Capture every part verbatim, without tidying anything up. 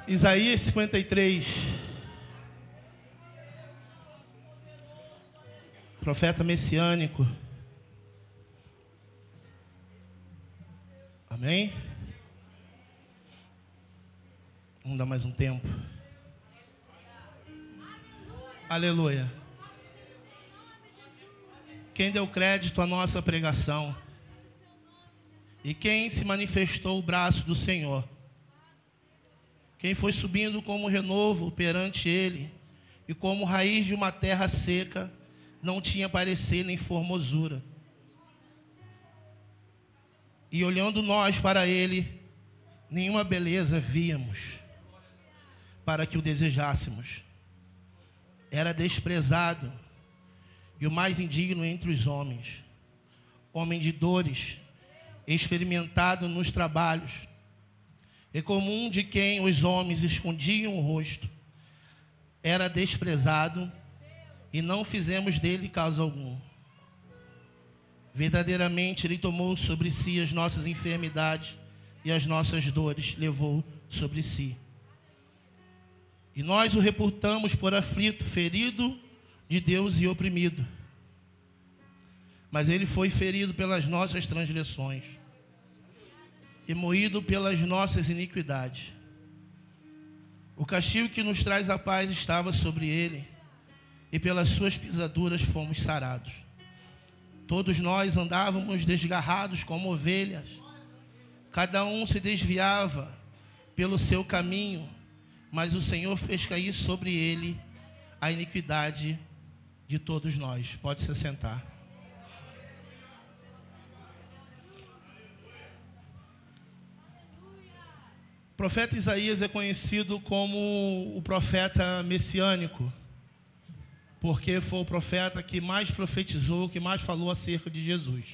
Isaías cinquenta e três. Profeta messiânico. Amém? Vamos dar mais um tempo. Aleluia. Aleluia. Quem deu crédito à nossa pregação e quem se manifestou o braço do Senhor, quem foi subindo como renovo perante Ele e como raiz de uma terra seca, não tinha parecer nem formosura. E olhando nós para Ele, nenhuma beleza víamos para que o desejássemos. Era desprezado e o mais indigno entre os homens, homem de dores, experimentado nos trabalhos, e comum de quem os homens escondiam o rosto. Era desprezado e não fizemos dele caso algum. Verdadeiramente Ele tomou sobre si as nossas enfermidades e as nossas dores levou sobre si. E nós o reputamos por aflito, ferido de Deus e oprimido. Mas Ele foi ferido pelas nossas transgressões e moído pelas nossas iniquidades. O castigo que nos traz a paz estava sobre Ele, e pelas suas pisaduras fomos sarados. Todos nós andávamos desgarrados como ovelhas, cada um se desviava pelo seu caminho, mas o Senhor fez cair sobre Ele a iniquidade de todos nós. Pode se sentar. O profeta Isaías é conhecido como o profeta messiânico, porque foi o profeta que mais profetizou, que mais falou acerca de Jesus.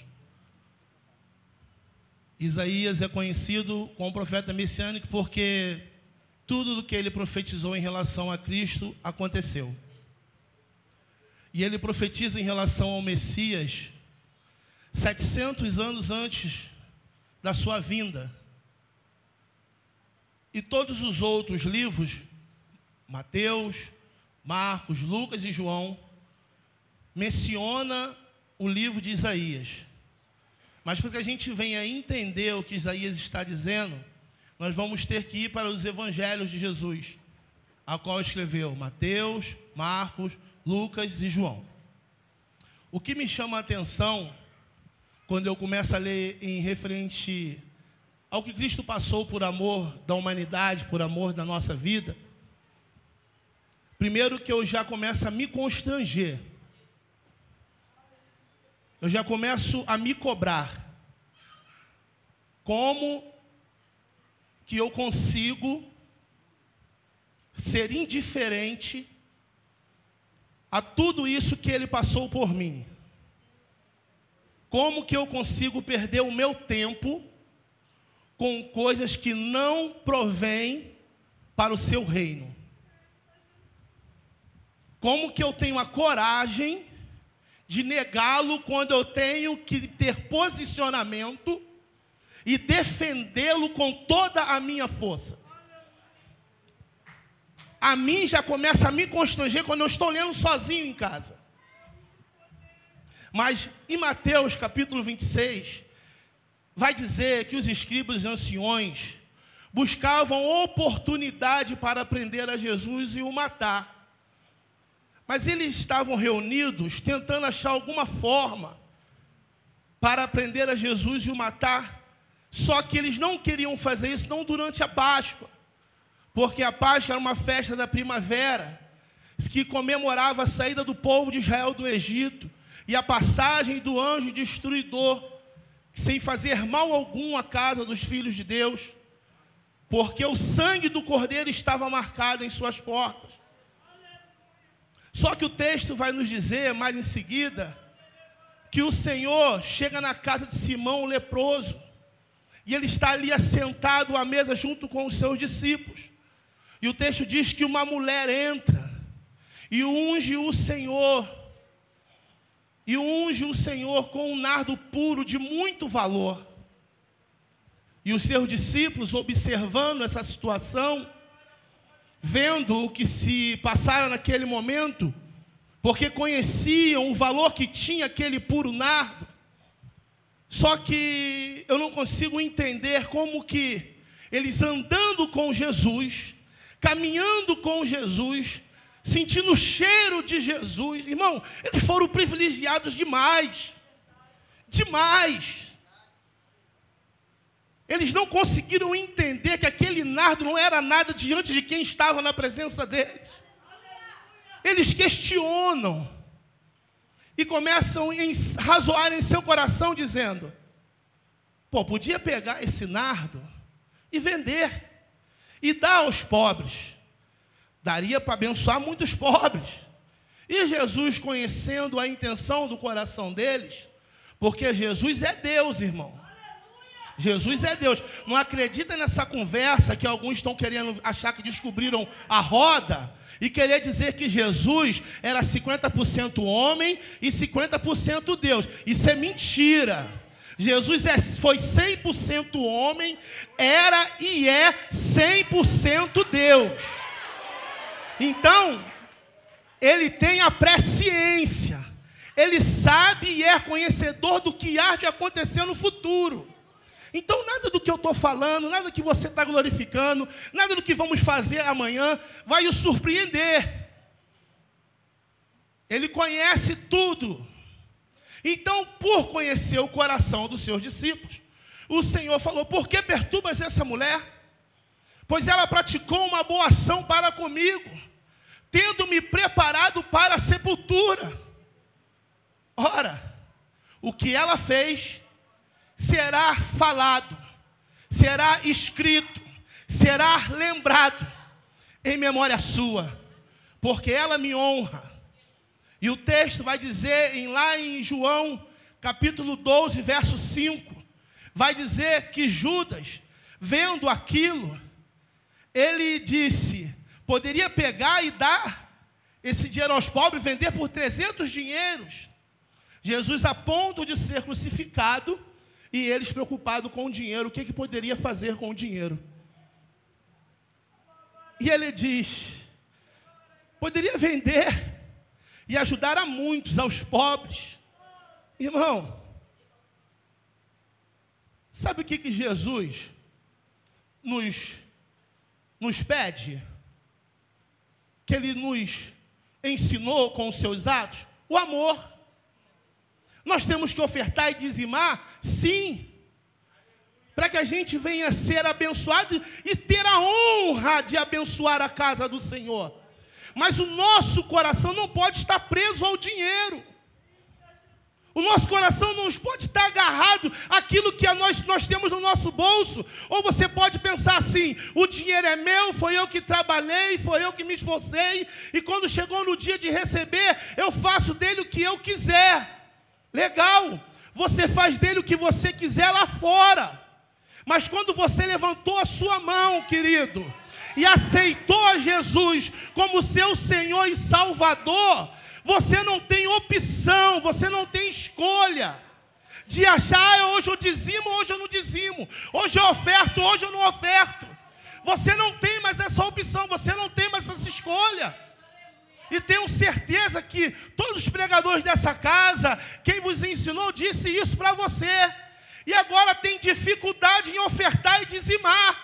Isaías é conhecido como profeta messiânico porque tudo o que ele profetizou em relação a Cristo aconteceu. E ele profetiza em relação ao Messias setecentos anos antes da sua vinda. E todos os outros livros, Mateus, Marcos, Lucas e João, menciona o livro de Isaías. Mas para que a gente venha entender o que Isaías está dizendo, nós vamos ter que ir para os evangelhos de Jesus, a qual escreveu Mateus, Marcos, Lucas e João. O que me chama a atenção, quando eu começo a ler em referente ao que Cristo passou por amor da humanidade, por amor da nossa vida, primeiro que eu já começo a me constranger. Eu já começo a me cobrar. Como que eu consigo ser indiferente a tudo isso que Ele passou por mim? Como que eu consigo perder o meu tempo com coisas que não provêm para o seu reino? Como que eu tenho a coragem de negá-lo quando eu tenho que ter posicionamento e defendê-lo com toda a minha força? A mim já começa a me constranger quando eu estou lendo sozinho em casa. Mas em Mateus capítulo vinte e seis, vai dizer que os escribas e anciões buscavam oportunidade para prender a Jesus e o matar. Mas eles estavam reunidos tentando achar alguma forma para prender a Jesus e o matar. Só que eles não queriam fazer isso não durante a Páscoa, porque a Páscoa era uma festa da primavera que comemorava a saída do povo de Israel do Egito e a passagem do anjo destruidor, sem fazer mal algum à casa dos filhos de Deus, porque o sangue do Cordeiro estava marcado em suas portas. Só que o texto vai nos dizer, mais em seguida, que o Senhor chega na casa de Simão o leproso, e ele está ali assentado à mesa junto com os seus discípulos. E o texto diz que uma mulher entra e unge o Senhor, e unge o Senhor com um nardo puro de muito valor. E os seus discípulos, observando essa situação, vendo o que se passara naquele momento, porque conheciam o valor que tinha aquele puro nardo. Só que eu não consigo entender como que eles andando com Jesus, caminhando com Jesus, sentindo o cheiro de Jesus, irmão, eles foram privilegiados demais, demais. Eles não conseguiram entender que aquele nardo não era nada diante de quem estava na presença deles. Eles questionam e começam a razoar em seu coração, dizendo: pô, podia pegar esse nardo e vender, e dar aos pobres. Daria para abençoar muitos pobres. E Jesus, conhecendo a intenção do coração deles, porque Jesus é Deus, irmão. Jesus é Deus. Não acredita nessa conversa que alguns estão querendo achar que descobriram a roda e querer dizer que Jesus era cinquenta por cento homem e cinquenta por cento Deus. Isso é mentira. Jesus é, foi cem por cento homem, era e é cem por cento Deus. Então, ele tem a presciência. Ele sabe e é conhecedor do que há de acontecer no futuro. Então, nada do que eu estou falando, nada que você está glorificando, nada do que vamos fazer amanhã vai o surpreender. Ele conhece tudo. Então, por conhecer o coração dos seus discípulos, o Senhor falou: por que perturbas essa mulher? Pois ela praticou uma boa ação para comigo, tendo-me preparado para a sepultura. Ora, o que ela fez será falado, será escrito, será lembrado em memória sua, porque ela me honra. E o texto vai dizer, em, lá em João, capítulo doze, verso cinco, vai dizer que Judas, vendo aquilo, ele disse, poderia pegar e dar esse dinheiro aos pobres, vender por trezentos dinheiros. Jesus, a ponto de ser crucificado, e eles preocupados com o dinheiro, o que, que poderia fazer com o dinheiro? E ele diz, poderia vender e ajudar a muitos, aos pobres. Irmão, sabe o que, que Jesus nos, nos pede? Que ele nos ensinou com os seus atos? O amor. Nós temos que ofertar e dizimar? Sim. Para que a gente venha ser abençoado e ter a honra de abençoar a casa do Senhor. Mas o nosso coração não pode estar preso ao dinheiro. O nosso coração não pode estar agarrado àquilo que nós, nós temos no nosso bolso. Ou você pode pensar assim, o dinheiro é meu, foi eu que trabalhei, foi eu que me esforcei, e quando chegou no dia de receber, eu faço dele o que eu quiser. Legal, você faz dele o que você quiser lá fora. Mas quando você levantou a sua mão, querido, e aceitou a Jesus como seu Senhor e Salvador, você não tem opção, você não tem escolha de achar, ah, hoje eu dizimo, hoje eu não dizimo, hoje eu oferto, hoje eu não oferto. Você não tem mais essa opção, você não tem mais essa escolha. E tenho certeza que todos os pregadores dessa casa, quem vos ensinou, disse isso para você. E agora tem dificuldade em ofertar e dizimar.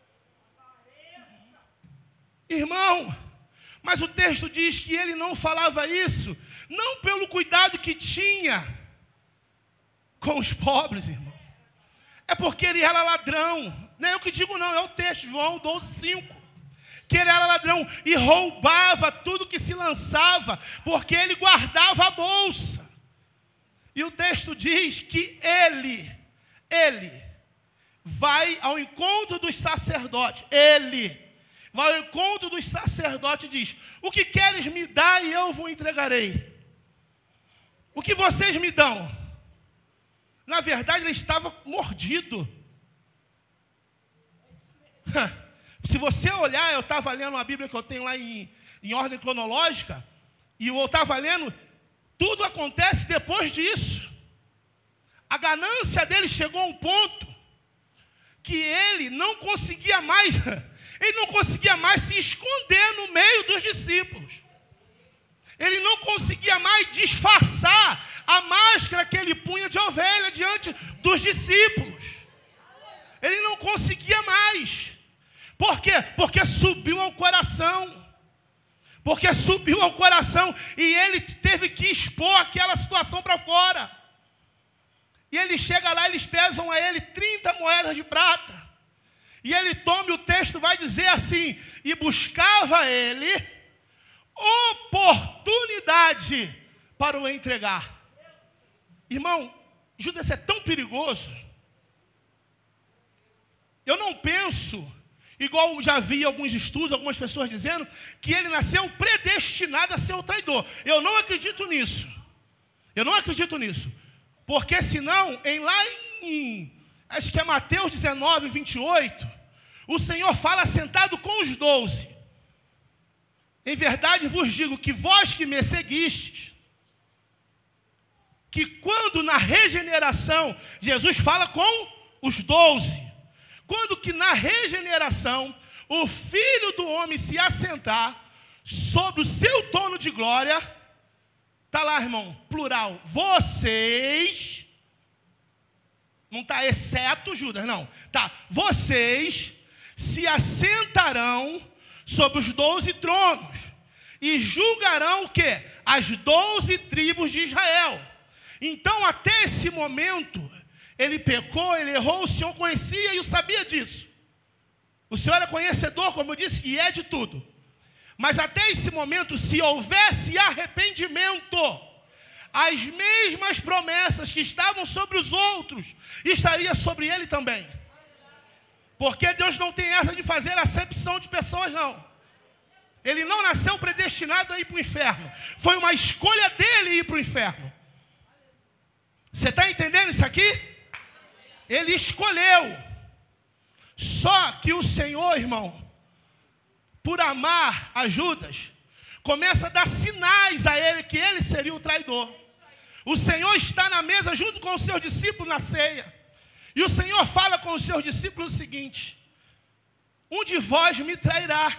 Irmão, mas o texto diz que ele não falava isso, não pelo cuidado que tinha com os pobres, irmão. É porque ele era ladrão. Não é eu que digo não, é o texto, João doze, cinco. Que ele era ladrão e roubava tudo que se lançava, porque ele guardava a bolsa. E o texto diz que ele, ele vai ao encontro dos sacerdotes. Ele vai ao encontro dos sacerdotes e diz, o que queres me dar e eu vos entregarei. O que vocês me dão? Na verdade, ele estava mordido. Se você olhar, eu estava lendo uma Bíblia que eu tenho lá em, em ordem cronológica, e eu estava lendo, tudo acontece depois disso. A ganância dele chegou a um ponto que ele não conseguia mais, Ele não conseguia mais se esconder no meio dos discípulos. Ele não conseguia mais disfarçar a máscara que ele punha de ovelha diante dos discípulos. Ele não conseguia mais. Por quê? Porque subiu ao coração. Porque subiu ao coração e ele teve que expor aquela situação para fora. E ele chega lá, eles pesam a ele trinta moedas de prata. E ele toma, e o texto vai dizer assim: e buscava ele oportunidade para o entregar. Irmão, Judas é tão perigoso. Eu não penso, igual já vi alguns estudos, algumas pessoas dizendo, que ele nasceu predestinado a ser o traidor. Eu não acredito nisso. Eu não acredito nisso. Porque senão, em lá em, acho que é Mateus dezenove, vinte e oito, o Senhor fala sentado com os doze. Em verdade vos digo que vós que me seguistes, que quando na regeneração, Jesus fala com os doze, quando que na regeneração, o Filho do Homem se assentar sobre o seu trono de glória, está lá, irmão, plural, vocês, não está exceto Judas, não, tá, vocês se assentarão sobre os doze tronos e julgarão o quê? As doze tribos de Israel. Então, até esse momento, ele pecou, ele errou, o Senhor conhecia e o sabia disso. O Senhor é conhecedor, como eu disse, e é de tudo. Mas até esse momento, se houvesse arrependimento, as mesmas promessas que estavam sobre os outros, estaria sobre ele também. Porque Deus não tem essa de fazer acepção de pessoas, não. Ele não nasceu predestinado a ir para o inferno. Foi uma escolha dele ir para o inferno. Você está entendendo isso aqui? Ele escolheu. Só que o Senhor, irmão, por amar a Judas, começa a dar sinais a ele que ele seria o traidor. O Senhor está na mesa junto com os seus discípulos na ceia. E o Senhor fala com os seus discípulos o seguinte: um de vós me trairá.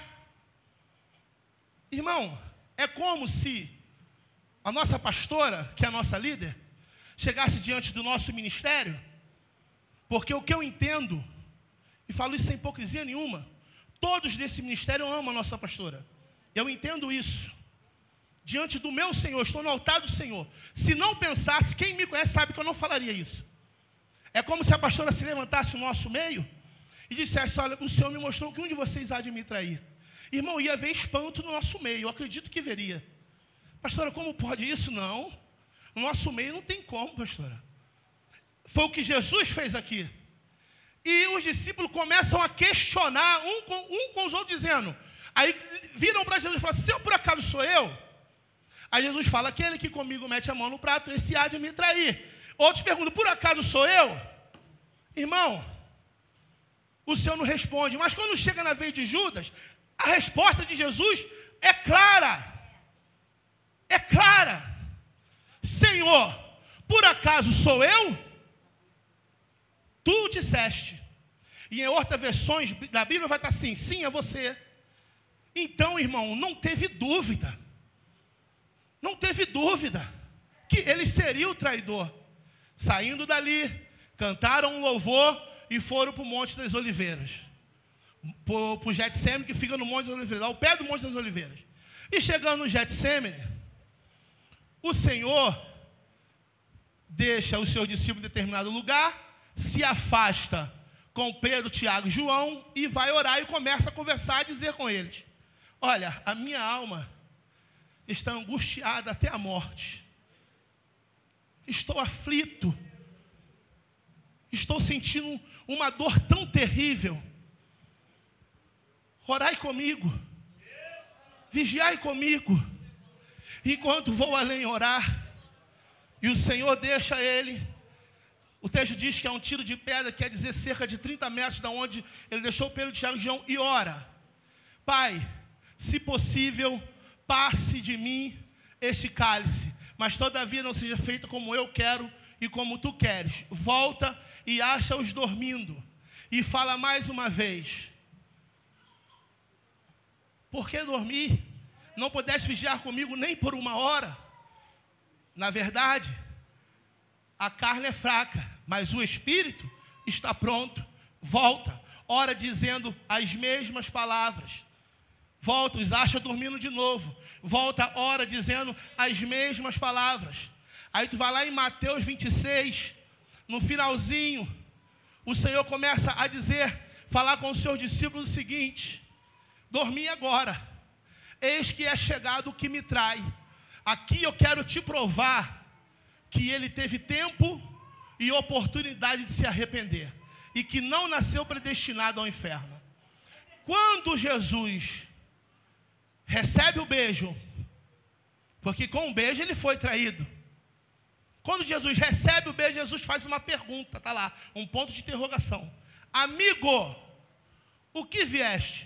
Irmão, é como se a nossa pastora, que é a nossa líder, chegasse diante do nosso ministério, porque o que eu entendo, e falo isso sem hipocrisia nenhuma, todos desse ministério amam a nossa pastora. Eu entendo isso. Diante do meu Senhor, estou no altar do Senhor. Se não pensasse, quem me conhece sabe que eu não falaria isso. É como se a pastora se levantasse no nosso meio e dissesse: olha, o Senhor me mostrou que um de vocês há de me trair. Irmão, ia ver espanto no nosso meio, eu acredito que veria. Pastora, como pode isso? Não. No nosso meio não tem como, pastora. Foi o que Jesus fez aqui. E os discípulos começam a questionar um com, um com os outros, dizendo, aí viram para Jesus e falam: se eu por acaso sou eu? Aí Jesus fala: aquele que comigo mete a mão no prato, esse há de me trair. Outros perguntam: por acaso sou eu? Irmão, o Senhor não responde. Mas quando chega na vez de Judas, a resposta de Jesus é clara. É clara. Senhor, por acaso sou eu? Tu disseste. E em outras versões da Bíblia vai estar assim: sim, é você. Então, irmão, não teve dúvida. Não teve dúvida que ele seria o traidor. Saindo dali, cantaram um louvor e foram para o Monte das Oliveiras. Para o Getsemane, que fica no Monte das Oliveiras, ao pé do Monte das Oliveiras. E chegando no Getsemane, o Senhor deixa os seus discípulos em determinado lugar, se afasta com Pedro, Tiago e João e vai orar e começa a conversar, a dizer com eles: olha, a minha alma está angustiada até a morte. Estou aflito. Estou sentindo uma dor tão terrível. Orai comigo. Vigiai comigo. Enquanto vou além orar. E o Senhor deixa ele. O texto diz que é um tiro de pedra, quer dizer cerca de trinta metros da onde ele deixou Pedro, Tiago e João, e ora: Pai, se possível, passe de mim este cálice, mas todavia não seja feito como eu quero e como tu queres. Volta e acha-os dormindo. E fala mais uma vez: por que dormir? Não pudeste vigiar comigo nem por uma hora? Na verdade, a carne é fraca, mas o espírito está pronto. Volta, ora dizendo as mesmas palavras. Volta, os acha dormindo de novo. Volta, ora dizendo as mesmas palavras. Aí tu vai lá em Mateus vinte e seis, no finalzinho, o Senhor começa a dizer, falar com os seus discípulos o seguinte: dormi agora, eis que é chegado o que me trai. Aqui eu quero te provar que ele teve tempo e oportunidade de se arrepender, e que não nasceu predestinado ao inferno. Quando Jesus recebe o beijo, porque com o beijo ele foi traído. Quando Jesus recebe o beijo, Jesus faz uma pergunta, está lá, um ponto de interrogação. Amigo, o que vieste?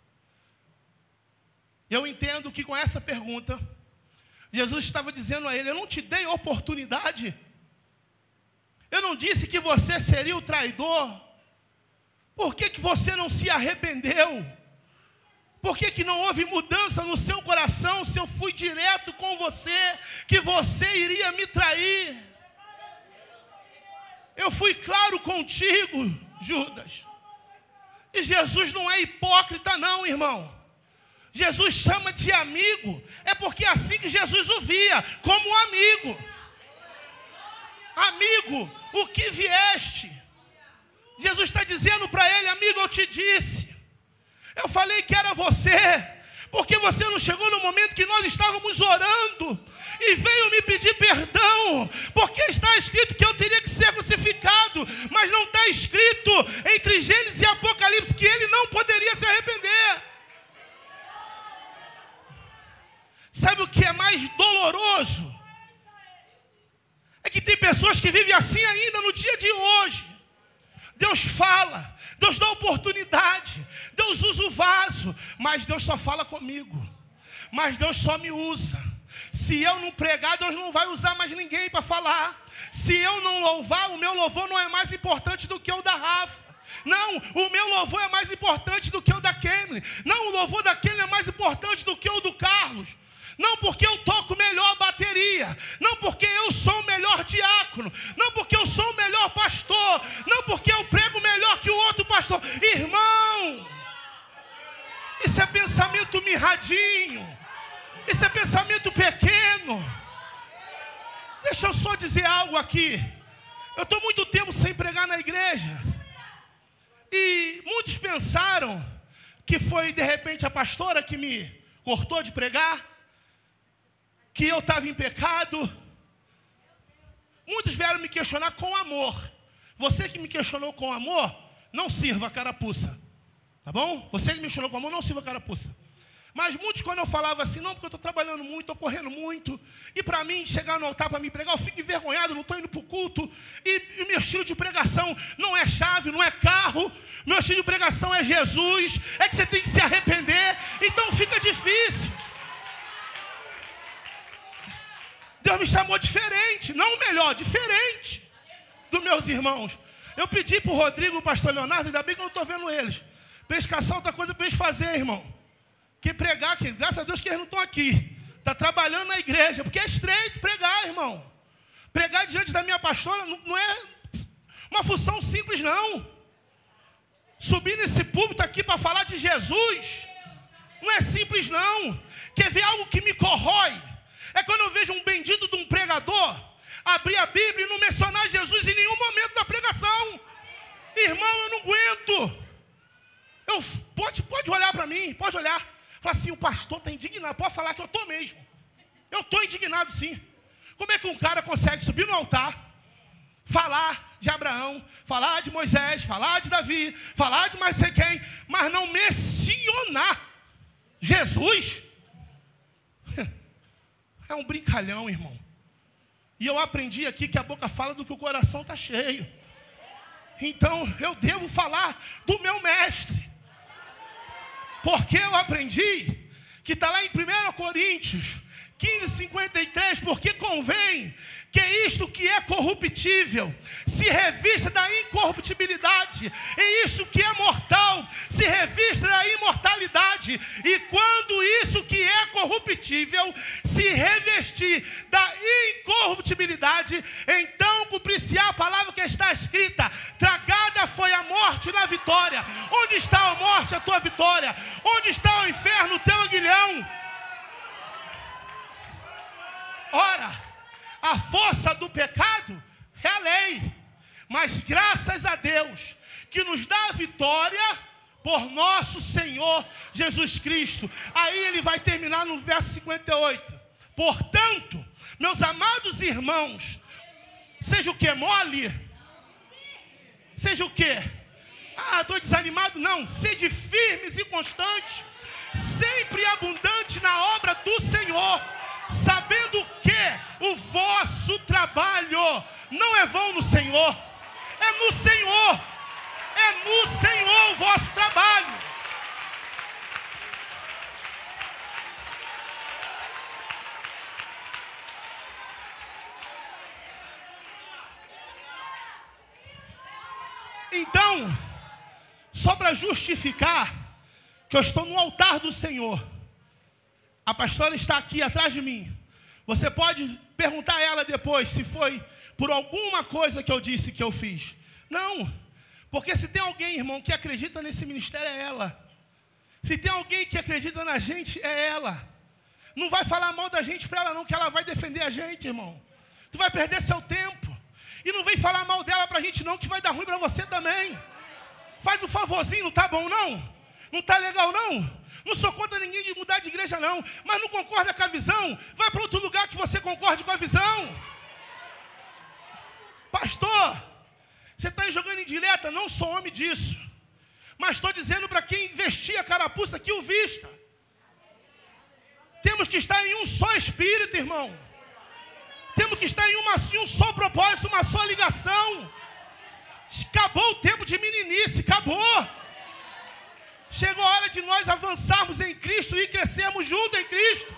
Eu entendo que com essa pergunta, Jesus estava dizendo a ele: eu não te dei oportunidade? Eu não disse que você seria o traidor? Por que que você não se arrependeu? Por que que não houve mudança no seu coração, se eu fui direto com você, que você iria me trair? Eu fui claro contigo, Judas. E Jesus não é hipócrita não, irmão. Jesus chama de amigo, é porque é assim que Jesus o via, como um amigo. Amigo, o que vieste? Jesus está dizendo para ele: amigo, eu te disse, eu falei que era você, porque você não chegou no momento que nós estávamos orando e veio me pedir perdão, porque está escrito que eu teria que ser crucificado, mas não está escrito entre Gênesis e Apocalipse que ele não poderia se arrepender. Sabe o que é mais doloroso? É que tem pessoas que vivem assim ainda no dia de hoje. Deus fala, Deus dá oportunidade, Deus usa o vaso, mas Deus só fala comigo, mas Deus só me usa. Se eu não pregar, Deus não vai usar mais ninguém para falar. Se eu não louvar, o meu louvor não é mais importante do que o da Rafa. Não, o meu louvor é mais importante do que o da Kemily. Não, o louvor da Kemily é mais importante do que o do Carlos. Não porque eu toco melhor a bateria, não porque eu sou o melhor diácono, não porque eu sou o melhor pastor, não porque eu prego melhor que o outro pastor. Irmão, isso é pensamento mirradinho, isso é pensamento pequeno. Deixa eu só dizer algo aqui. Eu estou muito tempo sem pregar na igreja, e muitos pensaram que foi de repente a pastora que me cortou de pregar, que eu estava em pecado. Muitos vieram me questionar com amor. Você que me questionou com amor, não sirva a carapuça, tá bom? Você que me questionou com amor, não sirva a carapuça. Mas muitos, quando eu falava assim, não, porque eu estou trabalhando muito, estou correndo muito, e para mim, chegar no altar para me pregar, eu fico envergonhado, não estou indo para o culto, e o meu estilo de pregação não é chave, não é carro, meu estilo de pregação é Jesus, é que você tem que se arrepender, então fica difícil. Deus me chamou diferente, não melhor, diferente dos meus irmãos. Eu pedi para o Rodrigo e o pastor Leonardo, ainda bem que eu não estou vendo eles, para eles caçar outra coisa para eles fazerem, irmão, que pregar, que, graças a Deus que eles não estão aqui, está trabalhando na igreja, porque é estreito pregar, irmão. Pregar diante da minha pastora não, não é uma função simples, não. Subir nesse púlpito aqui para falar de Jesus, não é simples, não. Quer ver algo que me corrói? É quando eu vejo um bendito de um pregador abrir a Bíblia e não mencionar Jesus em nenhum momento da pregação. Irmão, eu não aguento. Eu, pode, pode olhar para mim, pode olhar. Fala assim, o pastor está indignado. Pode falar que eu estou mesmo. Eu estou indignado sim. Como é que um cara consegue subir no altar, falar de Abraão, falar de Moisés, falar de Davi, falar de mais sei quem, mas não mencionar Jesus? É um brincalhão, irmão. E eu aprendi aqui que a boca fala do que o coração está cheio. Então, eu devo falar do meu mestre. Porque eu aprendi que está lá em primeira Coríntios quinze, cinquenta e três, porque convém que isto que é corruptível se revista da incorruptibilidade, e isto que é mortal se revista da imortalidade. imortalidade. E quando isso que é corruptível se revestir da incorruptibilidade, então cumprir-se-á a palavra que está escrita: tragada foi a morte na vitória. Onde está a morte, a tua vitória? Onde está o inferno, o teu aguilhão? Ora, a força do pecado é a lei, mas graças a Deus que nos dá a vitória por nosso Senhor Jesus Cristo. Aí ele vai terminar no verso cinquenta e oito. Portanto, meus amados irmãos, seja o que? Mole? Seja o que? Ah, estou desanimado? Não, sede firmes e constantes, sempre abundante na obra do Senhor, sabendo que o vosso trabalho não é vão no Senhor. É no Senhor. É no Senhor o vosso trabalho. Então, só para justificar que eu estou no altar do Senhor, a pastora está aqui atrás de mim. Você pode perguntar a ela depois se foi por alguma coisa que eu disse que eu fiz. Não, porque se tem alguém, irmão, que acredita nesse ministério, é ela. Se tem alguém que acredita na gente, é ela. Não vai falar mal da gente para ela não, que ela vai defender a gente, irmão. Tu vai perder seu tempo. E não vem falar mal dela para a gente não, que vai dar ruim para você também. Faz um favorzinho, não tá bom não? Não tá legal não? Não sou contra ninguém de mudar de igreja não, mas não concorda com a visão? Vai para outro lugar que você concorde com a visão. Pastor, você está jogando indireta? Não sou homem disso. Mas estou dizendo para quem vestia a carapuça que o vista. Temos que estar em um só espírito, irmão. Temos que estar em, uma, em um só propósito, uma só ligação. Acabou o tempo de meninice, acabou. Chegou a hora de nós avançarmos em Cristo e crescermos junto em Cristo.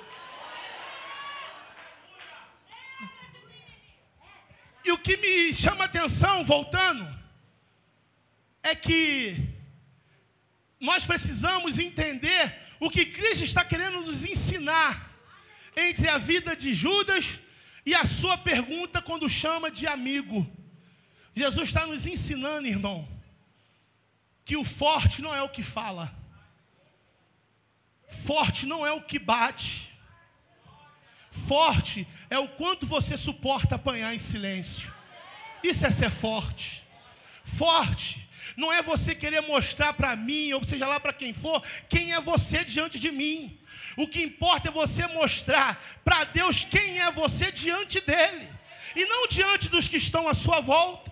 E o que me chama a atenção, voltando, é que nós precisamos entender o que Cristo está querendo nos ensinar entre a vida de Judas e a sua pergunta quando chama de amigo. Jesus está nos ensinando, irmão, que o forte não é o que fala. Forte não é o que bate. Forte é o quanto você suporta apanhar em silêncio. Isso é ser forte. Forte não é você querer mostrar para mim, ou seja lá para quem for, quem é você diante de mim. O que importa é você mostrar para Deus quem é você diante dele, e não diante dos que estão à sua volta.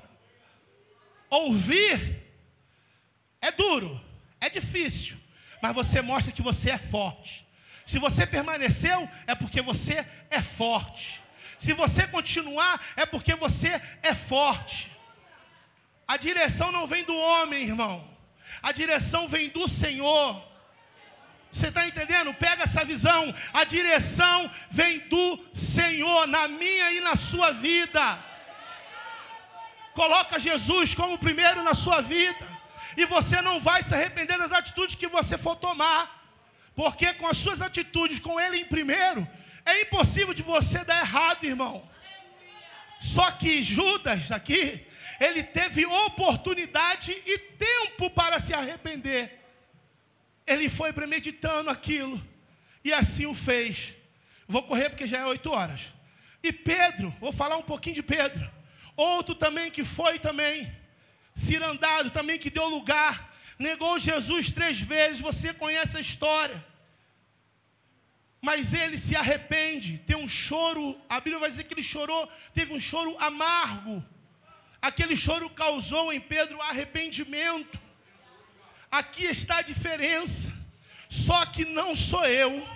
Ouvir é duro, é difícil, mas você mostra que você é forte. Se você permaneceu, é porque você é forte. Se você continuar, é porque você é forte. A direção não vem do homem, irmão. A direção vem do Senhor. Você está entendendo? Pega essa visão. A direção vem do Senhor, na minha e na sua vida. Coloca Jesus como primeiro na sua vida, e você não vai se arrepender das atitudes que você for tomar. Porque com as suas atitudes, com Ele em primeiro, é impossível de você dar errado, irmão. Só que Judas aqui, ele teve oportunidade e tempo para se arrepender. Ele foi premeditando aquilo, e assim o fez. Vou correr porque já é oito horas. E Pedro, vou falar um pouquinho de Pedro. Outro também que foi também, cirandado, também que deu lugar. Negou Jesus três vezes, você conhece a história. Mas ele se arrepende, tem um choro, a Bíblia vai dizer que ele chorou, teve um choro amargo. Aquele choro causou em Pedro arrependimento. Aqui está a diferença. Só que não sou eu.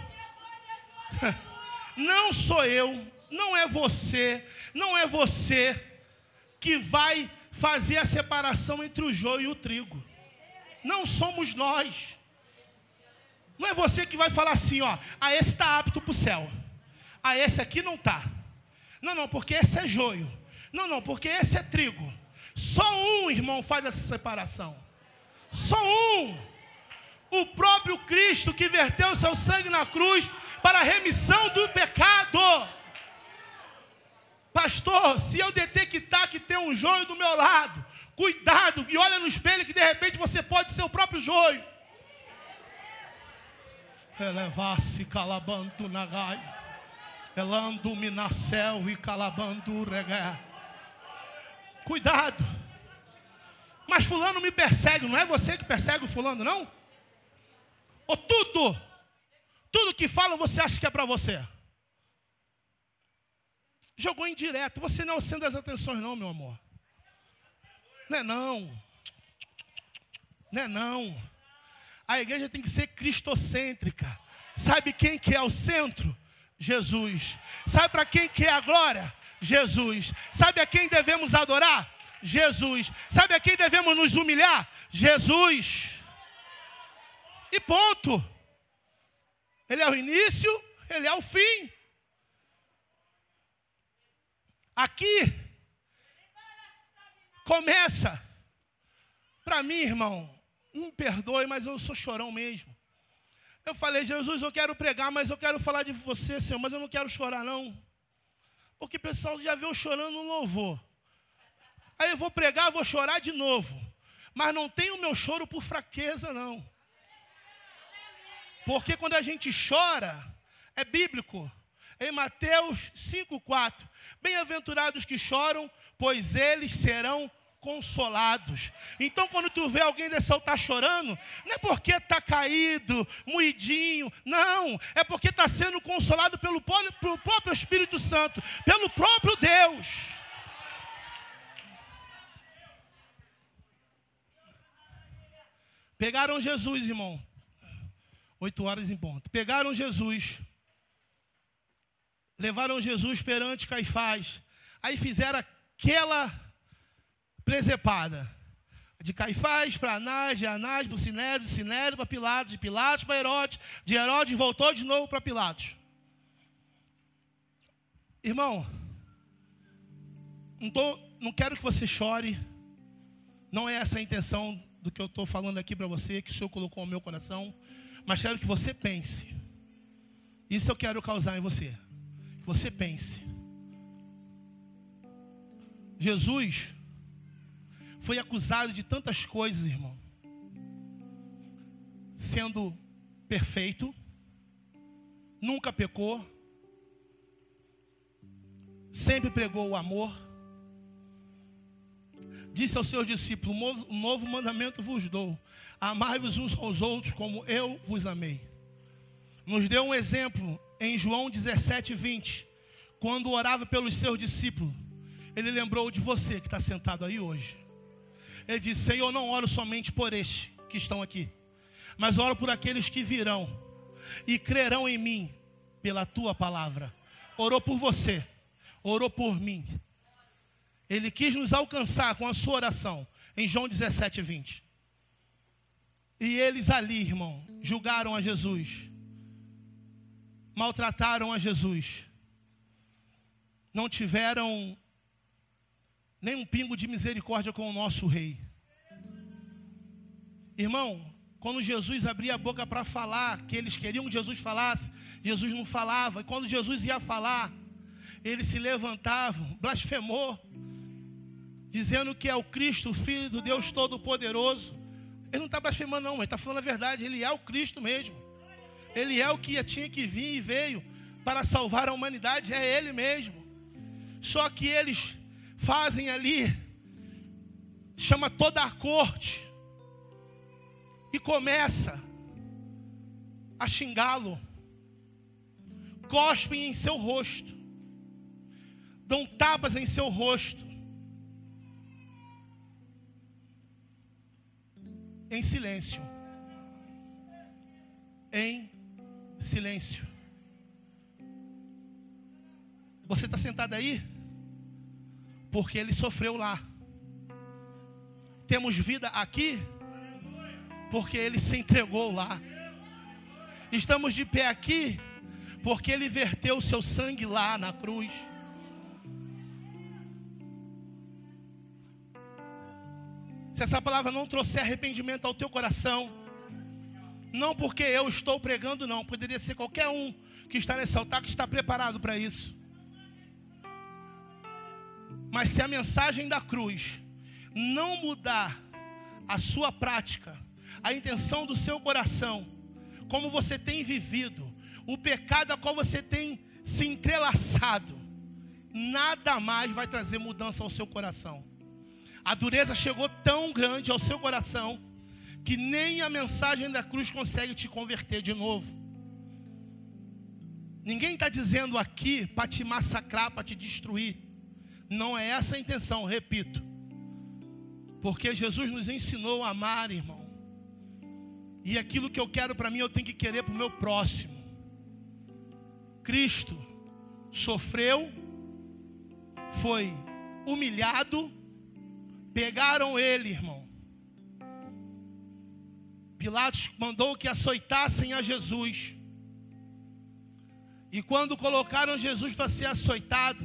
Não sou eu, não é você, não é você que vai fazer a separação entre o joio e o trigo. Não somos nós. Não é você que vai falar assim, ó, ah, esse está apto para o céu. Ah, esse aqui não está. Não, não, porque esse é joio. Não, não, porque esse é trigo. Só um, irmão, faz essa separação. Só um. O próprio Cristo que verteu o seu sangue na cruz para a remissão do pecado. Pastor, se eu detectar que tem um joio do meu lado, cuidado, e olha no espelho que de repente você pode ser o próprio joio. Elevar-se calabando nagai, elando minacel e calabando regé. Cuidado. Mas fulano me persegue, não é você que persegue o fulano, não? Ou tudo, tudo que falam você acha que é para você? Jogou indireto. Você não é o centro das atenções não, meu amor. Não é não. Não é não. A igreja tem que ser cristocêntrica. Sabe quem que é o centro? Jesus. Sabe para quem que é a glória? Jesus. Sabe a quem devemos adorar? Jesus. Sabe a quem devemos nos humilhar? Jesus. E ponto. Ele é o início, ele é o fim. Aqui começa. Para mim, irmão, me perdoe, mas eu sou chorão mesmo. Eu falei, Jesus, eu quero pregar, mas eu quero falar de você, Senhor, mas eu não quero chorar, não. Porque o pessoal já viu eu chorando no louvor. Aí eu vou pregar, vou chorar de novo. Mas não tem o meu choro por fraqueza, não. Porque quando a gente chora, é bíblico. Em Mateus cinco, quatro. Bem-aventurados que choram, pois eles serão consolados. Então, quando tu vê alguém desse altar chorando, não é porque está caído, moidinho, não. É porque está sendo consolado pelo, pelo próprio Espírito Santo, pelo próprio Deus. Pegaram Jesus, irmão. Oito horas em ponto. Pegaram Jesus. Levaram Jesus perante Caifás. Aí fizeram aquela presepada. De Caifás para Anás, de Anás para o Sinédrio, de Sinédrio para Pilatos, de Pilatos para Herodes, de Herodes voltou de novo para Pilatos. Irmão, não, tô, não quero que você chore. Não é essa a intenção do que eu estou falando aqui para você, que o Senhor colocou no meu coração. Mas quero que você pense. Isso eu quero causar em você. Que você pense. Jesus foi acusado de tantas coisas, irmão. Sendo perfeito, nunca pecou, sempre pregou o amor. Disse aos seus discípulos, um novo mandamento vos dou, amai-vos uns aos outros como eu vos amei. Nos deu um exemplo em João dezessete, vinte, quando orava pelos seus discípulos. Ele lembrou de você que está sentado aí hoje. Ele disse, Senhor, não oro somente por estes que estão aqui, mas oro por aqueles que virão e crerão em mim pela tua palavra. Orou por você, orou por mim. Ele quis nos alcançar com a sua oração em João dezessete, vinte. E eles ali, irmão, julgaram a Jesus, maltrataram a Jesus, não tiveram nem um pingo de misericórdia com o nosso rei. Irmão, quando Jesus abria a boca para falar, que eles queriam que Jesus falasse, Jesus não falava. E quando Jesus ia falar, eles se levantavam, blasfemou, dizendo que é o Cristo, o Filho do Deus Todo-Poderoso. Ele não está blasfemando não, ele está falando a verdade. Ele é o Cristo mesmo. Ele é o que tinha que vir e veio para salvar a humanidade. É Ele mesmo. Só que eles fazem ali, chama toda a corte e começa a xingá-lo, cospem em seu rosto, dão tapas em seu rosto, em silêncio, em silêncio. Você está sentado aí? Porque ele sofreu lá. Temos vida aqui porque ele se entregou lá. Estamos de pé aqui porque ele verteu o seu sangue lá na cruz. Se essa palavra não trouxer arrependimento ao teu coração, Não porque eu estou pregando, não. Poderia ser qualquer um que está nesse altar que está preparado para isso. Mas se a mensagem da cruz não mudar a sua prática, a intenção do seu coração, como você tem vivido, o pecado a qual você tem se entrelaçado, nada mais vai trazer mudança ao seu coração. A dureza chegou tão grande ao seu coração que nem a mensagem da cruz consegue te converter de novo. Ninguém está dizendo aqui para te massacrar, para te destruir. Não é essa a intenção, repito. Porque Jesus nos ensinou a amar, irmão. E aquilo que eu quero para mim, eu tenho que querer para o meu próximo. Cristo sofreu, foi humilhado, pegaram ele, irmão. Pilatos mandou que açoitassem a Jesus. E quando colocaram Jesus para ser açoitado,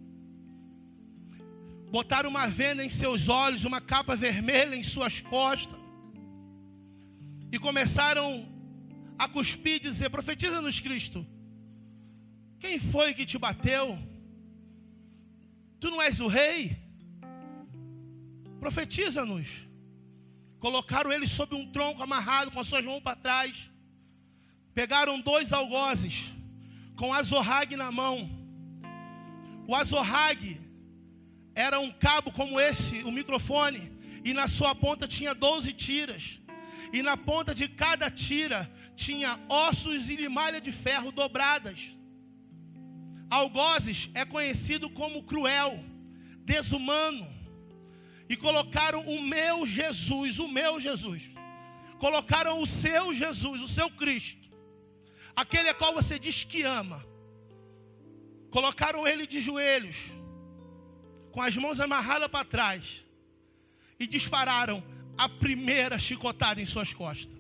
botaram uma venda em seus olhos, uma capa vermelha em suas costas, e começaram a cuspir e dizer: profetiza-nos, Cristo, quem foi que te bateu? Tu não és o rei? Profetiza-nos. Colocaram ele sob um tronco amarrado, com as suas mãos para trás. Pegaram dois algozes, com azorrague na mão. O azorrague era um cabo como esse, o microfone, e na sua ponta tinha doze tiras. E na ponta de cada tira tinha ossos e limalha de ferro dobradas. Algozes é conhecido como cruel, desumano. E colocaram o meu Jesus, o meu Jesus. Colocaram o seu Jesus, o seu Cristo, aquele a qual você diz que ama. Colocaram ele de joelhos, com as mãos amarradas para trás, e dispararam a primeira chicotada em suas costas.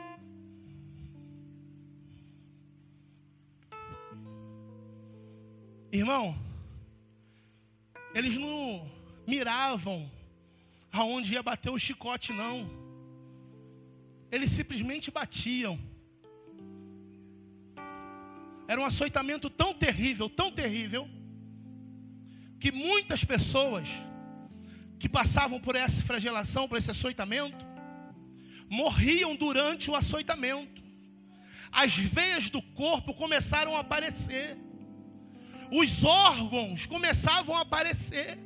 Irmão, eles não miravam aonde ia bater o chicote, não. Eles simplesmente batiam. Era um açoitamento tão terrível, tão terrível, que muitas pessoas que passavam por essa flagelação, por esse açoitamento, morriam durante o açoitamento. As veias do corpo começaram a aparecer. Os órgãos começavam a aparecer.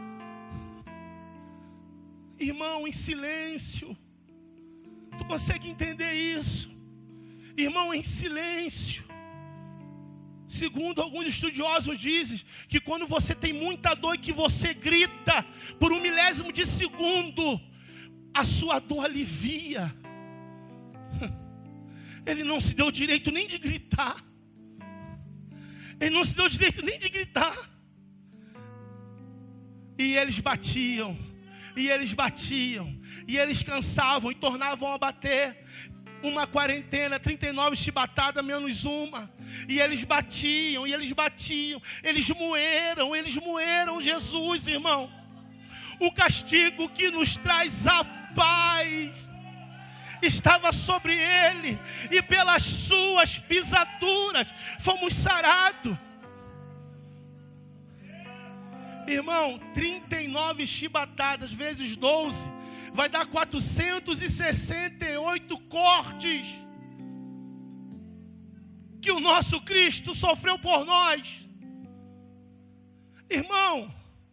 Irmão, em silêncio. Tu consegue entender isso? Irmão, em silêncio. Segundo alguns estudiosos dizem que quando você tem muita dor e que você grita por um milésimo de segundo, a sua dor alivia. Ele não se deu o direito nem de gritar. Ele não se deu o direito nem de gritar. E eles batiam. E eles batiam. E eles cansavam e tornavam a bater. Uma quarentena, trinta e nove chibatadas menos uma. E eles batiam, e eles batiam. Eles moeram, eles moeram Jesus, irmão. O castigo que nos traz a paz estava sobre ele, e pelas suas pisaduras fomos sarados. Irmão, trinta e nove chibatadas vezes doze vai dar quatrocentos e sessenta e oito cortes que o nosso Cristo sofreu por nós. Irmão,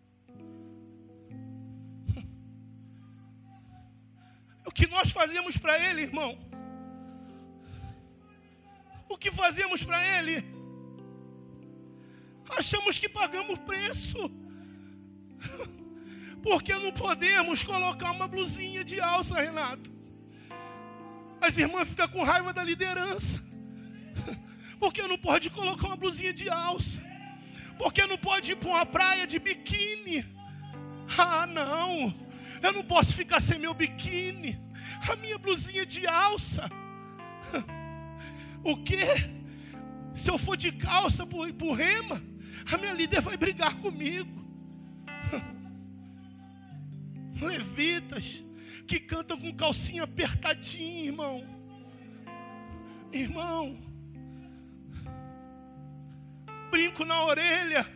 o que nós fazemos para Ele, irmão? O que fazemos para Ele? Achamos que pagamos preço. Porque não podemos colocar uma blusinha de alça, Renato. As irmãs ficam com raiva da liderança. Porque não pode colocar uma blusinha de alça. Porque não pode ir para uma praia de biquíni. Ah, não. Eu não posso ficar sem meu biquíni. A minha blusinha de alça. O quê? Se eu for de calça para o rema, a minha líder vai brigar comigo. Levitas que cantam com calcinha apertadinha, irmão. Irmão, brinco na orelha.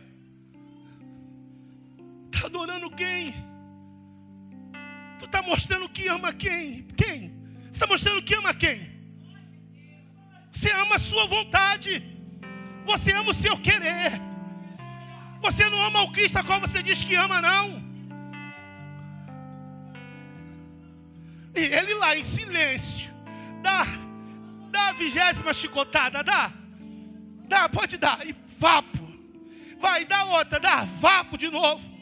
Está adorando quem? Tu está mostrando que ama quem? Quem? Você está mostrando que ama quem? Você ama a sua vontade. Você ama o seu querer. Você não ama o Cristo a qual você diz que ama, não. E ele lá em silêncio dá, dá a vigésima chicotada, dá, dá, pode dar, e vapo, vai, dá outra, dá, vapo de novo.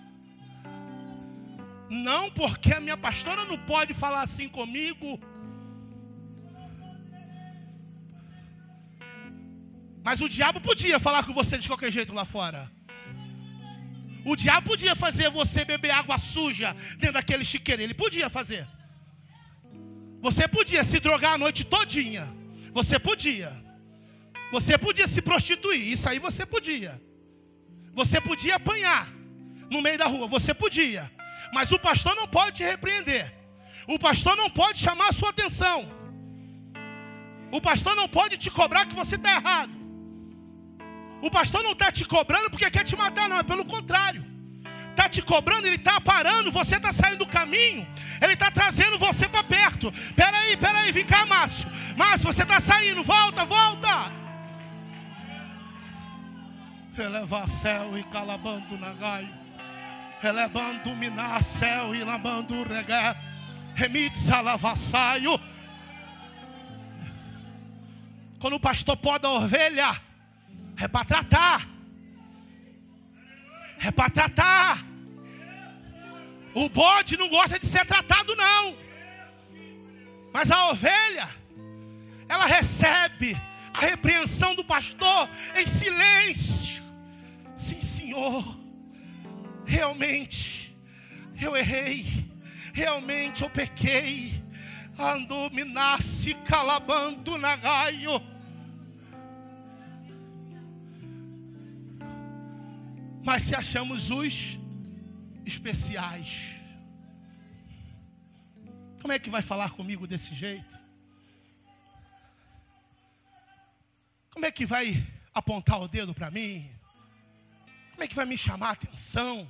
Não, porque a minha pastora não pode falar assim comigo. Mas o diabo podia falar com você de qualquer jeito lá fora. O diabo podia fazer você beber água suja dentro daquele chiqueiro. Ele podia fazer. Você podia se drogar a noite todinha. Você podia. Você podia se prostituir. Isso aí você podia. Você podia apanhar no meio da rua. Você podia. Mas o pastor não pode te repreender. O pastor não pode chamar a sua atenção. O pastor não pode te cobrar que você está errado. O pastor não está te cobrando porque quer te matar, não. É pelo contrário. Está te cobrando, ele está parando, você está saindo do caminho. Ele está trazendo você para perto. Peraí, peraí, vem cá, Márcio. Márcio, você está saindo, volta, volta. Eleva céu e calabando na gaio. Elevando minar céu e lavando regé. Remite salavassaio. Quando o pastor poda a ovelha, é para tratar. É para tratar. O bode não gosta de ser tratado, não. Mas a ovelha, ela recebe a repreensão do pastor em silêncio. Sim, Senhor. Realmente eu errei. Realmente eu pequei. Ando me nasce calabando na gaio. Mas se achamos os especiais, como é que vai falar comigo desse jeito? Como é que vai apontar o dedo para mim? Como é que vai me chamar a atenção?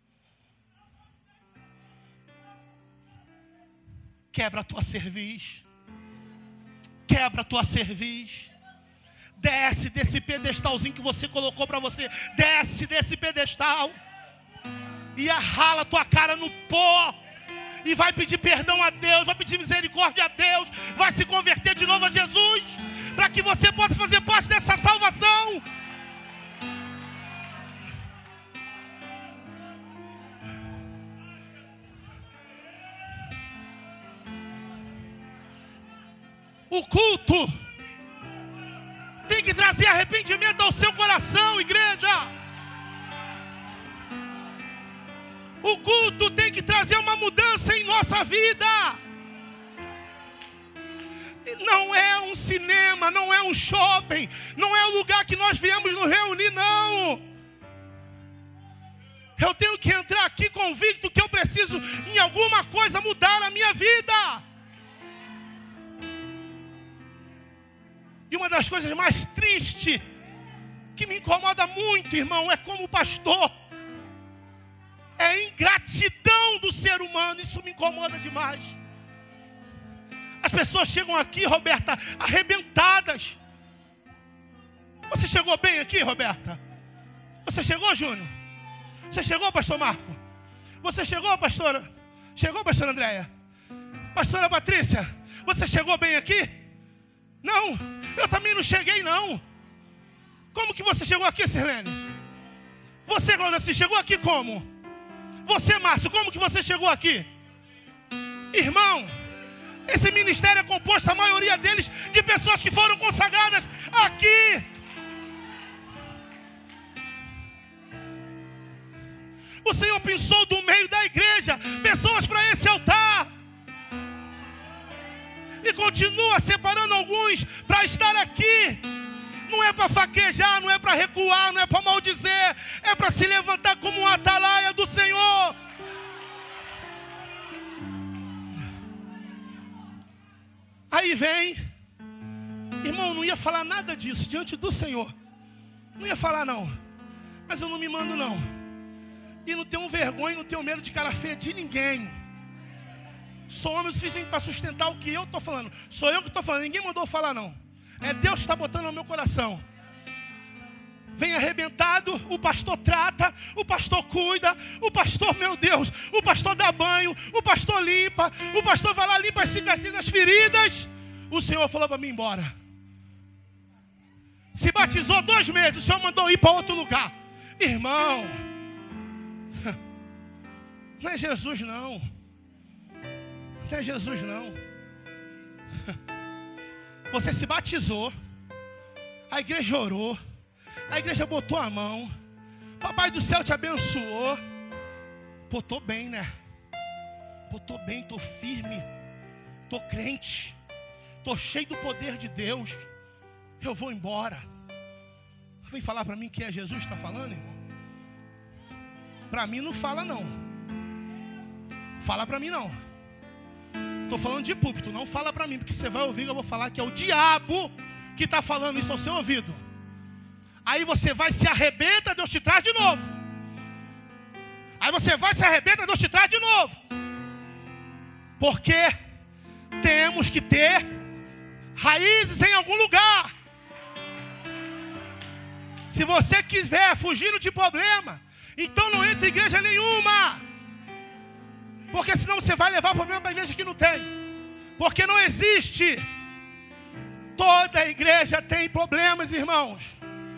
Quebra a tua cerviz. Quebra a tua cerviz. Desce desse pedestalzinho que você colocou para você. Desce desse pedestal. E arrala a tua cara no pó. E vai pedir perdão a Deus. Vai pedir misericórdia a Deus. Vai se converter de novo a Jesus. Para que você possa fazer parte dessa salvação. O culto tem que trazer arrependimento ao seu coração, igreja. O culto tem que trazer uma mudança em nossa vida. Não é um cinema, não é um shopping, não é o lugar que nós viemos nos reunir, não. Eu tenho que entrar aqui convicto que eu preciso em alguma coisa mudar a minha vida. E uma das coisas mais tristes, que me incomoda muito, irmão, é como pastor. É a ingratidão do ser humano, isso me incomoda demais. As pessoas chegam aqui, Roberta, arrebentadas. Você chegou bem aqui, Roberta? Você chegou, Júnior? Você chegou, pastor Marco? Você chegou, pastora? Chegou, pastora Andréia? Pastora Patrícia, você chegou bem aqui? Não, eu também não cheguei, não. Como que você chegou aqui, Sirlene? Você, Claudia, chegou aqui como? Você, Márcio, como que você chegou aqui? Irmão, esse ministério é composto, a maioria deles, de pessoas que foram consagradas aqui. O Senhor pensou do meio da igreja pessoas para esse altar. E continua separando alguns para estar aqui. Não é para fraquejar, não é para recuar, não é para maldizer. É para se levantar como uma atalaia do Senhor. Aí vem, Irmão, não ia falar nada disso diante do Senhor. Não ia falar não. Mas eu não me mando não. E não tenho vergonha, não tenho medo de cara feia de ninguém. Sou homem o suficiente para sustentar o que eu estou falando. Sou eu que estou falando, ninguém mandou falar não. É Deus que está botando no meu coração. Vem arrebentado, o pastor trata, o pastor cuida, o pastor, meu Deus, o pastor dá banho, o pastor limpa, o pastor vai lá, limpa as cicatrizes, as feridas. O Senhor falou para mim ir embora. Se batizou dois meses, o Senhor mandou ir para outro lugar. Irmão, não é Jesus não. Não é Jesus não. Você se batizou, a igreja orou, a igreja botou a mão, Papai do céu te abençoou. Pô, tô bem, né? Pô, tô bem, tô firme, tô crente, tô cheio do poder de Deus. Eu vou embora. Vem falar para mim que é Jesus que está falando, irmão? Para mim não fala não. Fala para mim não. Estou falando de púlpito, não fala para mim, porque você vai ouvir, eu vou falar que é o diabo que está falando isso ao seu ouvido. Aí você vai, se arrebenta, Deus te traz de novo. Aí você vai, se arrebenta, Deus te traz de novo. Porque temos que ter raízes em algum lugar. Se você quiser fugindo de problema, então não entre em igreja nenhuma. Porque senão você vai levar problema para a igreja que não tem. Porque não existe. Toda igreja tem problemas, irmãos.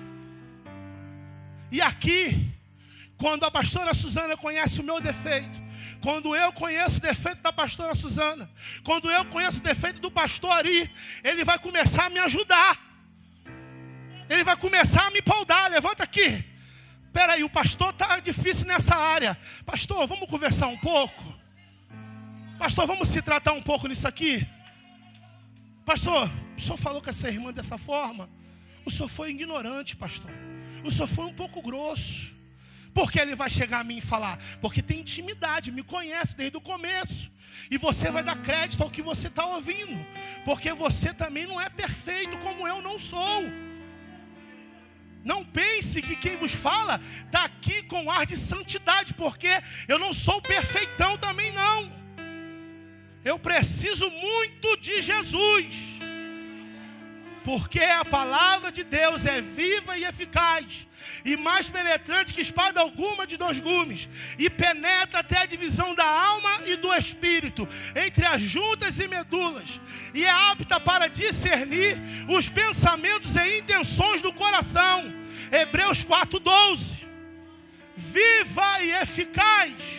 E aqui, quando a pastora Suzana conhece o meu defeito, quando eu conheço o defeito da pastora Suzana, quando eu conheço o defeito do pastor Ari, ele vai começar a me ajudar. Ele vai começar a me podar. Levanta aqui. Espera aí, o pastor está difícil nessa área. Pastor, vamos conversar um pouco? Pastor, vamos se tratar um pouco nisso aqui? Pastor, o senhor falou com essa irmã dessa forma? O senhor foi ignorante, pastor. O senhor foi um pouco grosso. Por que ele vai chegar a mim e falar? Porque tem intimidade, me conhece desde o começo. E você vai dar crédito ao que você está ouvindo. Porque você também não é perfeito como eu não sou. Não pense que quem vos fala está aqui com ar de santidade, porque eu não sou perfeitão também não. Eu preciso muito de Jesus. Porque a palavra de Deus é viva e eficaz, e mais penetrante que espada alguma de dois gumes, e penetra até a divisão da alma e do espírito, entre as juntas e medulas, e é apta para discernir os pensamentos e intenções do coração. Hebreus quatro, doze. Viva e eficaz.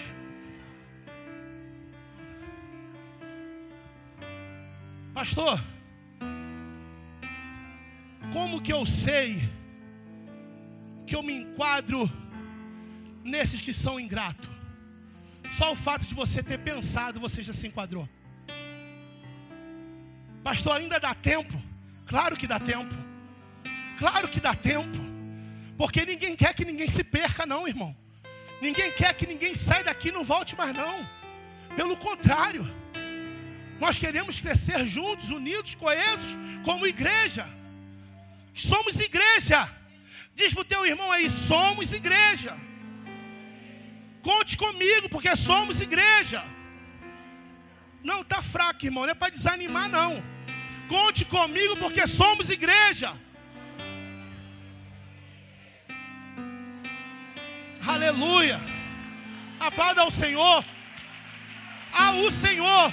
Pastor, como que eu sei que eu me enquadro nesses que são ingratos? Só o fato de você ter pensado, você já se enquadrou. Pastor, ainda dá tempo? Claro que dá tempo. Claro que dá tempo. Porque ninguém quer que ninguém se perca não, irmão. Ninguém quer que ninguém saia daqui e não volte mais não. Pelo contrário, nós queremos crescer juntos, unidos, coesos, como igreja. Somos igreja. Diz para o teu irmão aí, somos igreja. Conte comigo, porque somos igreja. Não, está fraco, irmão, não é para desanimar não. Conte comigo, porque somos igreja. Aleluia. Aplauda ao Senhor. Ao Senhor.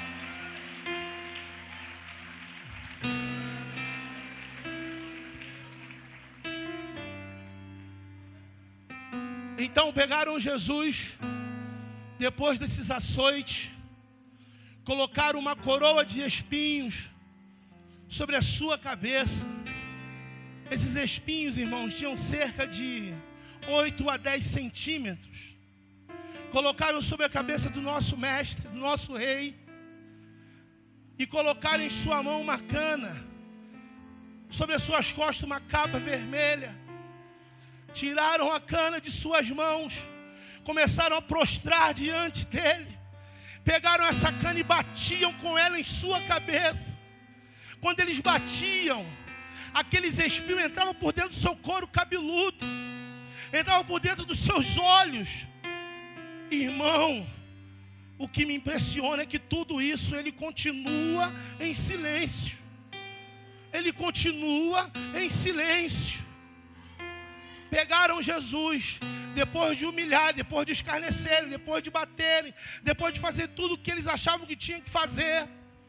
Então pegaram Jesus, depois desses açoites, colocaram uma coroa de espinhos sobre a sua cabeça. Esses espinhos, irmãos, tinham cerca de oito a dez centímetros. Colocaram sobre a cabeça do nosso mestre, do nosso rei, e colocaram em sua mão uma cana, sobre as suas costas uma capa vermelha. Tiraram a cana de suas mãos, começaram a prostrar diante dele, pegaram essa cana e batiam com ela em sua cabeça. Quando eles batiam, aqueles espinhos entravam por dentro do seu couro cabeludo, entravam por dentro dos seus olhos. Irmão, o que me impressiona é que tudo isso ele continua em silêncio. Ele continua em silêncio. Pegaram Jesus, depois de humilhar, depois de escarnecerem, depois de baterem, depois de fazer tudo o que eles achavam que tinham que fazer,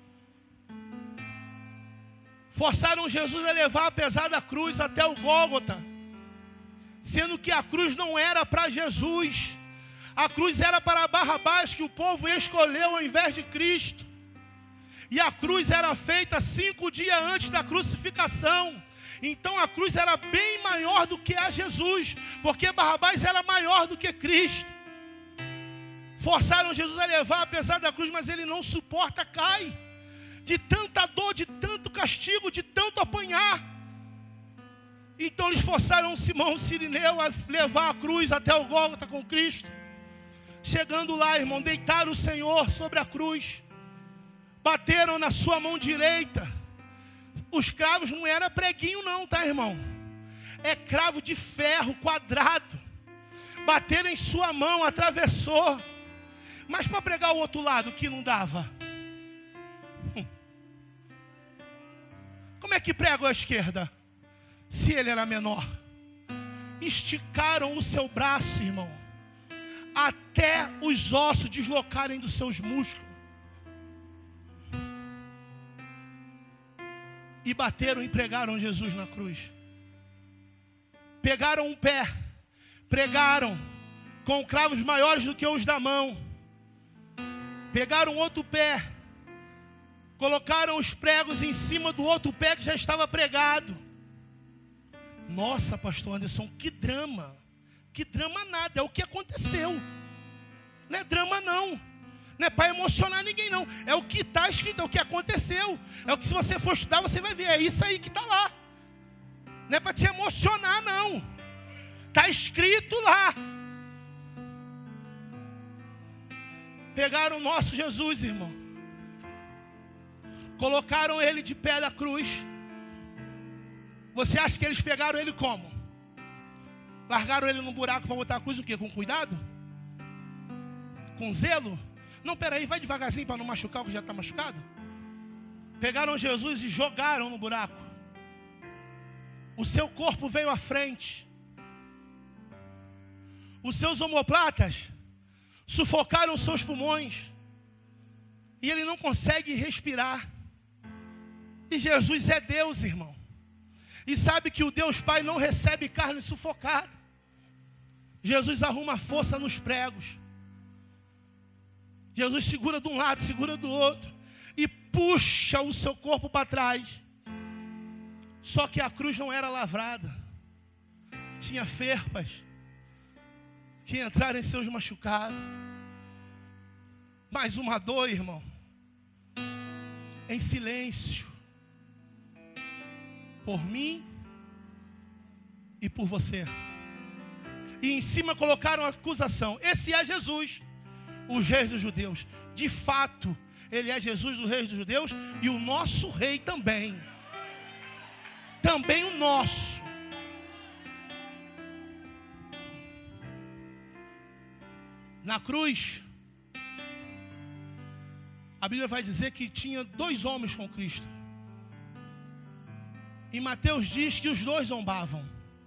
forçaram Jesus a levar a pesada cruz até o Gólgota, sendo que a cruz não era para Jesus, a cruz era para Barrabás, que o povo escolheu ao invés de Cristo. E a cruz era feita cinco dias antes da crucificação. Então a cruz era bem maior do que a Jesus, porque Barrabás era maior do que Cristo. Forçaram Jesus a levar apesar da cruz, mas ele não suporta, cai. De tanta dor, de tanto castigo, de tanto apanhar. Então eles forçaram Simão Cirineu a levar a cruz até o Gólgota com Cristo. Chegando lá, irmão, deitaram o Senhor sobre a cruz. Bateram na sua mão direita. Os cravos não era preguinho não, tá, irmão? É cravo de ferro, quadrado. Bateram em sua mão, atravessou. Mas para pregar o outro lado, que não dava. Hum. Como é que prega a esquerda? Se ele era menor. Esticaram o seu braço, irmão, até os ossos deslocarem dos seus músculos. E bateram e pregaram Jesus na cruz. Pegaram um pé, pregaram com cravos maiores do que os da mão. Pegaram outro pé, colocaram os pregos em cima do outro pé que já estava pregado. Nossa, pastor Anderson, que drama. Que drama nada, é o que aconteceu. Não é drama não. Não é para emocionar ninguém não. É o que está escrito, é o que aconteceu. É o que se você for estudar você vai ver. É isso aí que está lá. Não é para te emocionar não. Está escrito lá. Pegaram o nosso Jesus, irmão. Colocaram ele de pé da cruz. Você acha que eles pegaram ele como? Largaram ele no buraco para botar a cruz o quê? Com cuidado? Com zelo? Não, peraí, vai devagarzinho para não machucar o que já está machucado. Pegaram Jesus e jogaram no buraco. O seu corpo veio à frente. Os seus omoplatas sufocaram os seus pulmões. E ele não consegue respirar. E Jesus é Deus, irmão. E sabe que o Deus Pai não recebe carne sufocada. Jesus arruma força nos pregos. Jesus segura de um lado, segura do outro. E puxa o seu corpo para trás. Só que a cruz não era lavrada. Tinha ferpas que entraram em seus machucados. Mais uma dor, irmão. Em silêncio. Por mim e por você. E em cima colocaram a acusação. Esse é Jesus, os reis dos judeus. De fato, ele é Jesus, os reis dos judeus, e o nosso rei também. Também o nosso. Na cruz, a Bíblia vai dizer que tinha dois homens com Cristo. E Mateus diz que os dois zombavam.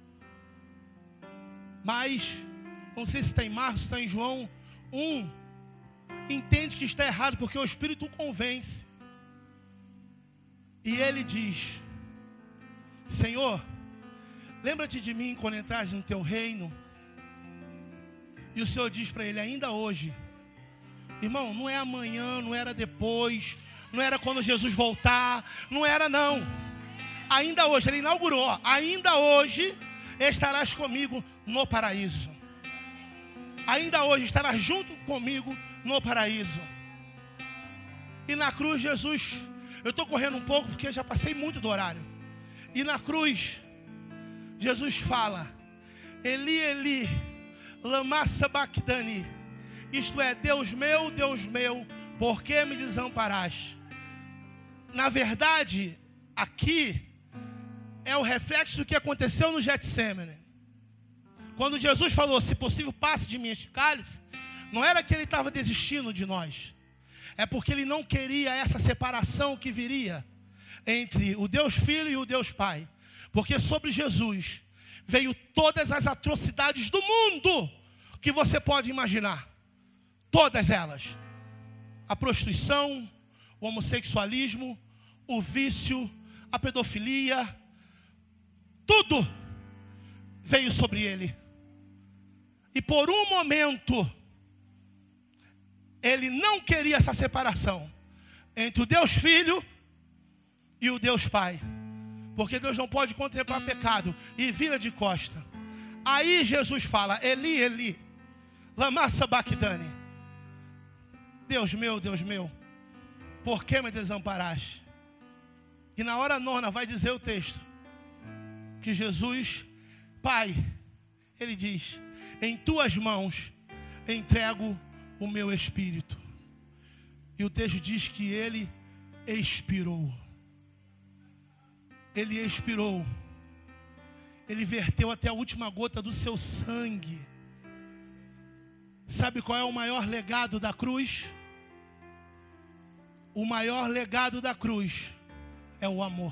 Mas, não sei se está em Marcos, está em João, um entende que está errado, porque o Espírito o convence. E ele diz: Senhor, lembra-te de mim quando entrares no teu reino. E o Senhor diz para ele: ainda hoje. Irmão, não é amanhã, não era depois, não era quando Jesus voltar, não era não. Ainda hoje, ele inaugurou, ó, ainda hoje estarás comigo no paraíso. Ainda hoje estarás junto comigo no paraíso. E na cruz Jesus, eu estou correndo um pouco porque eu já passei muito do horário. E na cruz, Jesus fala: Eli, Eli, lama sabachthani. Isto é, Deus meu, Deus meu, por que me desamparaste? Na verdade, aqui é o reflexo do que aconteceu no Getsêmani. Quando Jesus falou, se possível, passe de mim este cálice, não era que ele estava desistindo de nós. É porque ele não queria essa separação que viria entre o Deus Filho e o Deus Pai. Porque sobre Jesus veio todas as atrocidades do mundo que você pode imaginar. Todas elas. A prostituição, o homossexualismo, o vício, a pedofilia, tudo veio sobre ele. E por um momento, ele não queria essa separação entre o Deus Filho e o Deus Pai. Porque Deus não pode contemplar pecado e vira de costa. Aí Jesus fala, Eli, Eli, lama sabachthani. Deus meu, Deus meu, por que me desamparaste? E na hora nona vai dizer o texto, que Jesus, Pai, Ele diz, em tuas mãos entrego o meu espírito. E o texto diz que Ele expirou. Ele expirou. Ele verteu até a última gota do seu sangue. Sabe qual é o maior legado da cruz? O maior legado da cruz é o amor.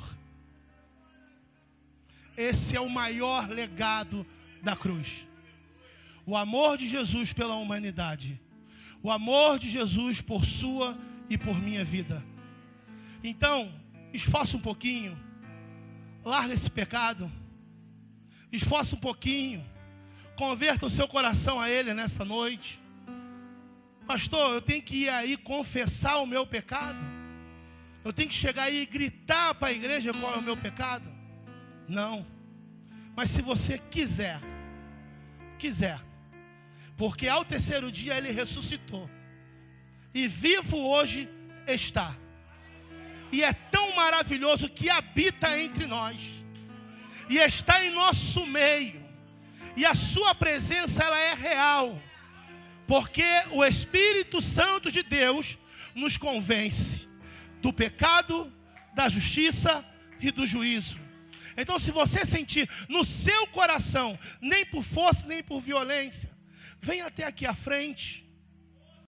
Esse é o maior legado da cruz. O amor de Jesus pela humanidade. O amor de Jesus por sua e por minha vida. Então, esforça um pouquinho. Larga esse pecado. Esforça um pouquinho. Converta o seu coração a Ele nesta noite. Pastor, eu tenho que ir aí confessar o meu pecado? Eu tenho que chegar aí e gritar para a igreja qual é o meu pecado? Não. Mas se você quiser, quiser, porque ao terceiro dia Ele ressuscitou, e vivo hoje está, e é tão maravilhoso que habita entre nós, e está em nosso meio, e a sua presença ela é real, porque o Espírito Santo de Deus nos convence do pecado, da justiça e do juízo. Então, se você sentir no seu coração, nem por força, nem por violência, venha até aqui à frente.